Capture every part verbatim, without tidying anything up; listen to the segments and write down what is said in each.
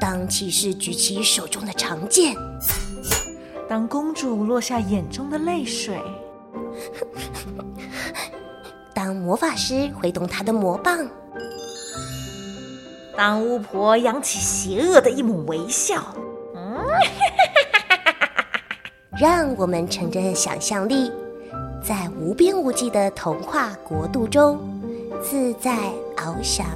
当骑士举起手中的长剑， 当公主落下眼中的泪水， 当魔法师挥动他的魔棒， 当巫婆扬起邪恶的一抹微笑，嗯， 让我们乘着想象力，在无边无际的童话国度中自在翱翔。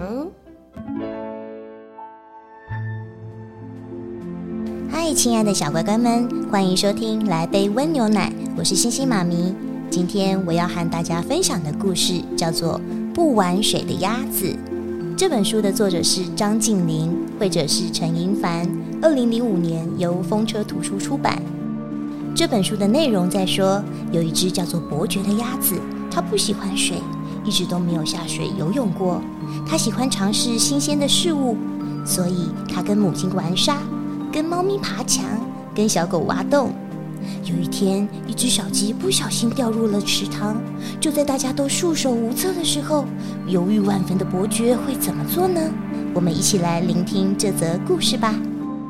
嗨，亲爱的小乖乖们，欢迎收听来杯温牛奶，我是星星妈咪。今天我要和大家分享的故事叫做《不玩水的鸭子》。这本书的作者是张晋霖，绘者是陈盈凡，二零零五年由风车图书出版。这本书的内容在说，有一只叫做伯爵的鸭子，它不喜欢水，一直都没有下水游泳过。它喜欢尝试新鲜的事物，所以它跟母亲玩沙，跟猫咪爬墙，跟小狗挖洞。有一天，一只小鸡不小心掉入了池塘，就在大家都束手无策的时候，犹豫万分的伯爵会怎么做呢？我们一起来聆听这则故事吧。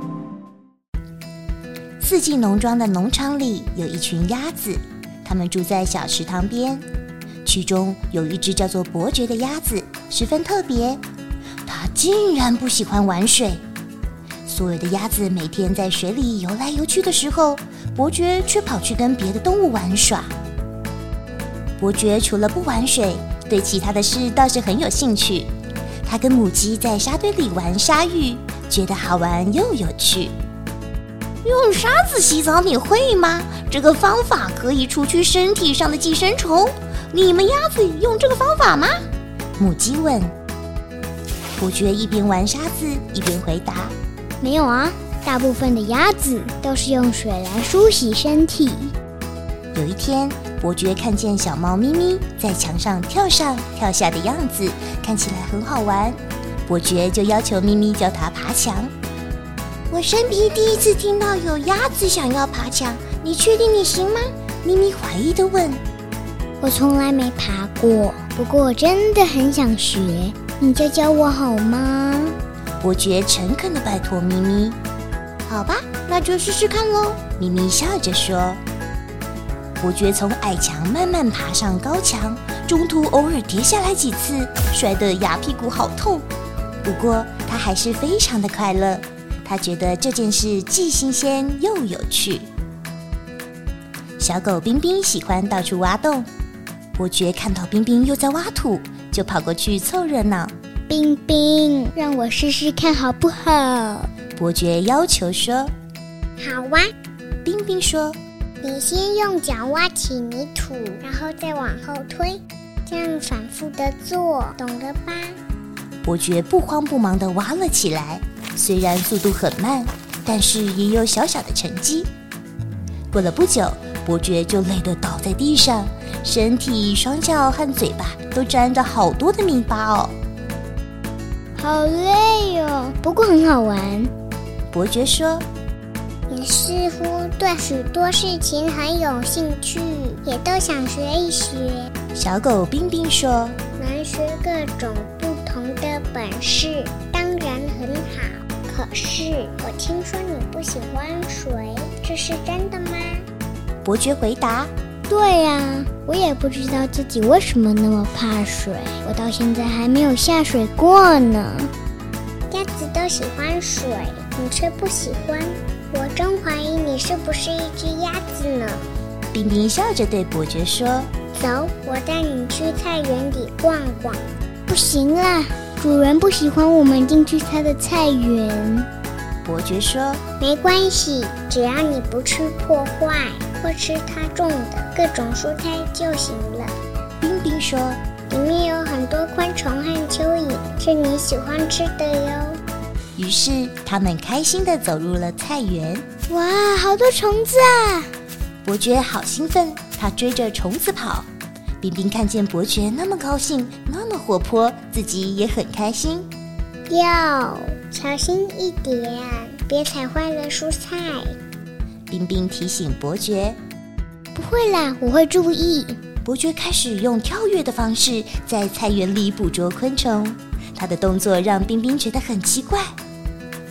四季农庄的农场里有一群鸭子，它们住在小池塘边，其中有一只叫做伯爵的鸭子，十分特别，它竟然不喜欢玩水。所有的鸭子每天在水里游来游去的时候，伯爵却跑去跟别的动物玩耍。伯爵除了不玩水，对其他的事倒是很有兴趣。他跟母鸡在沙堆里玩沙浴，觉得好玩又有趣。用沙子洗澡你会吗？这个方法可以除去身体上的寄生虫。你们鸭子用这个方法吗？母鸡问。伯爵一边玩沙子一边回答， 没有啊，大部分的鸭子都是用水来梳洗身体。 有一天，伯爵看见小猫咪咪在墙上跳上跳下的样子，看起来很好玩。伯爵就要求咪咪教它爬墙。我生平第一次听到有鸭子想要爬墙，你确定你行吗？咪咪怀疑地问。 我从来没爬过，不过我真的很想学，你就教我好吗？ 伯爵诚恳地拜托咪咪。好吧，那就试试看咯，咪咪笑着说。伯爵从矮墙慢慢爬上高墙，中途偶尔跌下来几次，摔得牙屁股好痛。不过他还是非常的快乐，他觉得这件事既新鲜又有趣。小狗冰冰喜欢到处挖洞，伯爵看到冰冰又在挖土，就跑过去凑热闹。 冰冰，让我试试看好不好？ 伯爵要求说。 好啊。 冰冰说， 你先用脚挖起泥土，然后再往后推，这样反复的做，懂了吧？ 伯爵不慌不忙地挖了起来，虽然速度很慢，但是也有小小的成绩。过了不久，伯爵就累得倒在地上，身体、双脚和嘴巴都沾着好多的泥巴哦。 好累哦，不过很好玩。 伯爵说， 你似乎对许多事情很有兴趣，也都想学一学。 小狗冰冰说， 能学各种不同的本事当然很好，可是我听说你不喜欢水，这是真的吗？ 伯爵回答， 对呀、啊，我也不知道自己为什么那么怕水，我到现在还没有下水过呢。鸭子都喜欢水，你却不喜欢，我真怀疑你是不是一只鸭子呢。 冰冰笑着对伯爵说， 走，我带你去菜园里逛逛。不行啦，主人不喜欢我们进去他的菜园。 伯爵说， 没关系，只要你不去破坏或吃他种的各种蔬菜就行了。 冰冰说， 里面有很多昆虫和蚯蚓，是你喜欢吃的哟。 于是他们开心地走入了菜园。 哇，好多虫子啊！ 伯爵好兴奋，他追着虫子跑。冰冰看见伯爵那么高兴，那么活泼，自己也很开心。 要小心一点，别踩坏了蔬菜。 冰冰提醒伯爵。 不会啦，我会注意。 伯爵开始用跳跃的方式在菜园里捕捉昆虫，他的动作让冰冰觉得很奇怪。 这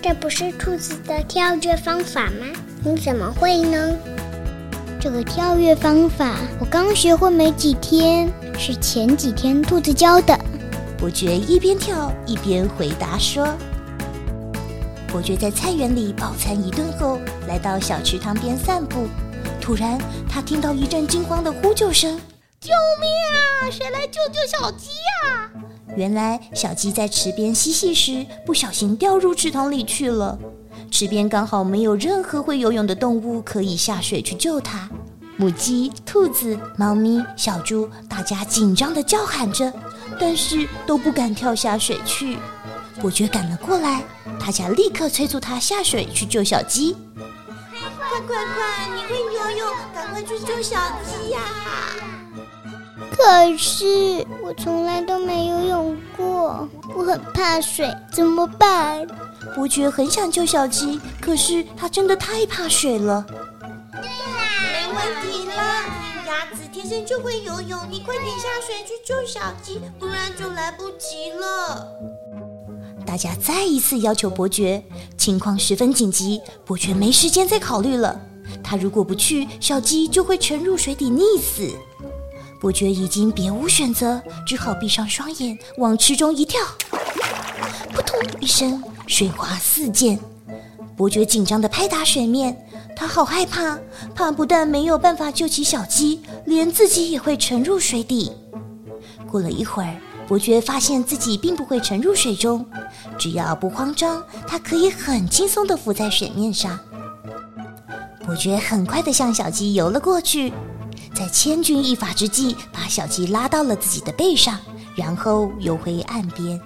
这不是兔子的跳跃方法吗？你怎么会呢？这个跳跃方法我刚学会没几天，是前几天兔子教的。 伯爵一边跳一边回答说。伯爵在菜园里饱餐一顿后，来到小池塘边散步。突然他听到一阵惊慌的呼救声， 救命啊！谁来救救小鸡啊？ 原来小鸡在池边嬉戏时不小心掉入池塘里去了。池边刚好没有任何会游泳的动物可以下水去救它。母鸡、兔子、猫咪、小猪，大家紧张地叫喊着，但是都不敢跳下水去。伯爵赶了过来，大家立刻催促他下水去救小鸡。 快快快，你会游泳，赶快去救小鸡呀！ 可是我从来都没游泳过，我很怕水，怎么办？ 伯爵很想救小鸡，可是他真的太怕水了。 没问题了，鸭子天生就会游泳，你快点下水去救小鸡，不然就来不及了。 大家再一次要求伯爵，情况十分紧急，伯爵没时间再考虑了。他如果不去，小鸡就会沉入水底溺死。伯爵已经别无选择，只好闭上双眼往池中一跳。扑通一声，水花四溅。伯爵紧张地拍打水面，他好害怕，怕不但没有办法救起小鸡，连自己也会沉入水底。过了一会儿，伯爵发现自己并不会沉入水中，只要不慌张，他可以很轻松地浮在水面上。伯爵很快地向小鸡游了过去，在千钧一发之际，把小鸡拉到了自己的背上，然后游回岸边。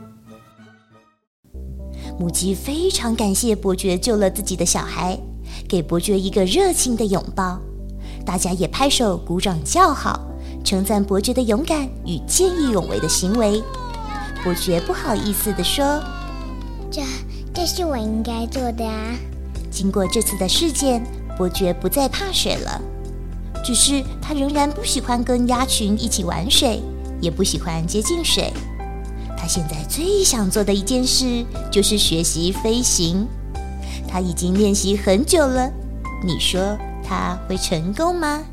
母鸡非常感谢伯爵救了自己的小孩，给伯爵一个热情的拥抱。大家也拍手鼓掌叫好，称赞伯爵的勇敢与见义勇为的行为。伯爵不好意思地说：“ 这这是我应该做的啊。” 经过这次的事件，伯爵不再怕水了，只是他仍然不喜欢跟鸭群一起玩水，也不喜欢接近水。他现在最想做的一件事就是学习飞行。他已经练习很久了，你说他会成功吗？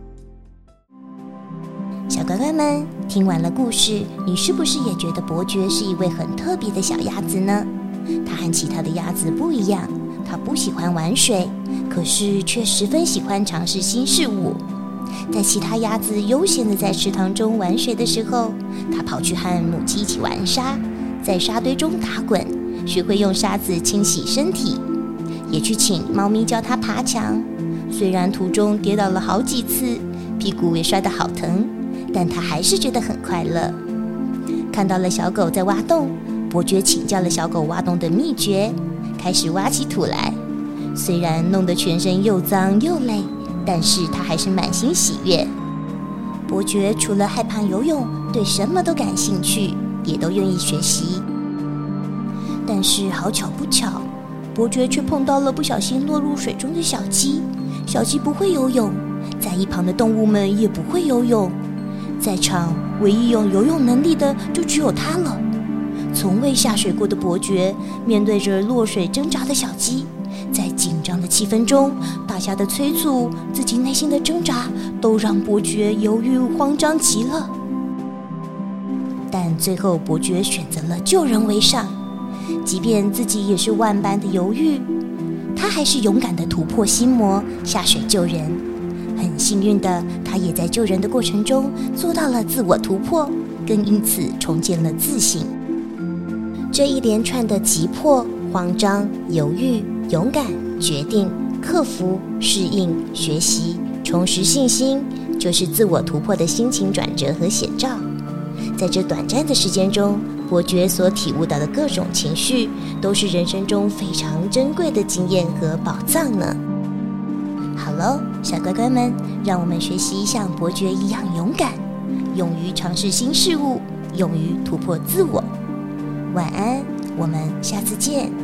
小乖乖们，听完了故事，你是不是也觉得伯爵是一位很特别的小鸭子呢？他和其他的鸭子不一样，他不喜欢玩水，可是却十分喜欢尝试新事物。在其他鸭子悠闲地在池塘中玩水的时候，他跑去和母鸡一起玩沙，在沙堆中打滚，学会用沙子清洗身体，也去请猫咪教他爬墙。虽然途中跌倒了好几次，屁股也摔得好疼，但他还是觉得很快乐。看到了小狗在挖洞，伯爵请教了小狗挖洞的秘诀，开始挖起土来。虽然弄得全身又脏又累，但是他还是满心喜悦。伯爵除了害怕游泳，对什么都感兴趣，也都愿意学习。但是好巧不巧，伯爵却碰到了不小心落入水中的小鸡。小鸡不会游泳，在一旁的动物们也不会游泳，在场唯一有游泳能力的就只有他了。从未下水过的伯爵面对着落水挣扎的小鸡，在紧张的气氛中，大家的催促，自己内心的挣扎，都让伯爵犹豫慌张极了。但最后伯爵选择了救人为上，即便自己也是万般的犹豫，他还是勇敢地突破心魔，下水救人。很幸运的，他也在救人的过程中做到了自我突破，更因此重建了自信。这一连串的急迫、慌张、犹豫、勇敢、决定、克服、适应、学习、重拾信心，就是自我突破的心情转折和写照。在这短暂的时间中，伯爵所体悟到的各种情绪，都是人生中非常珍贵的经验和宝藏呢。好喽，小乖乖们，让我们学习像伯爵一样勇敢，勇于尝试新事物，勇于突破自我。晚安，我们下次见。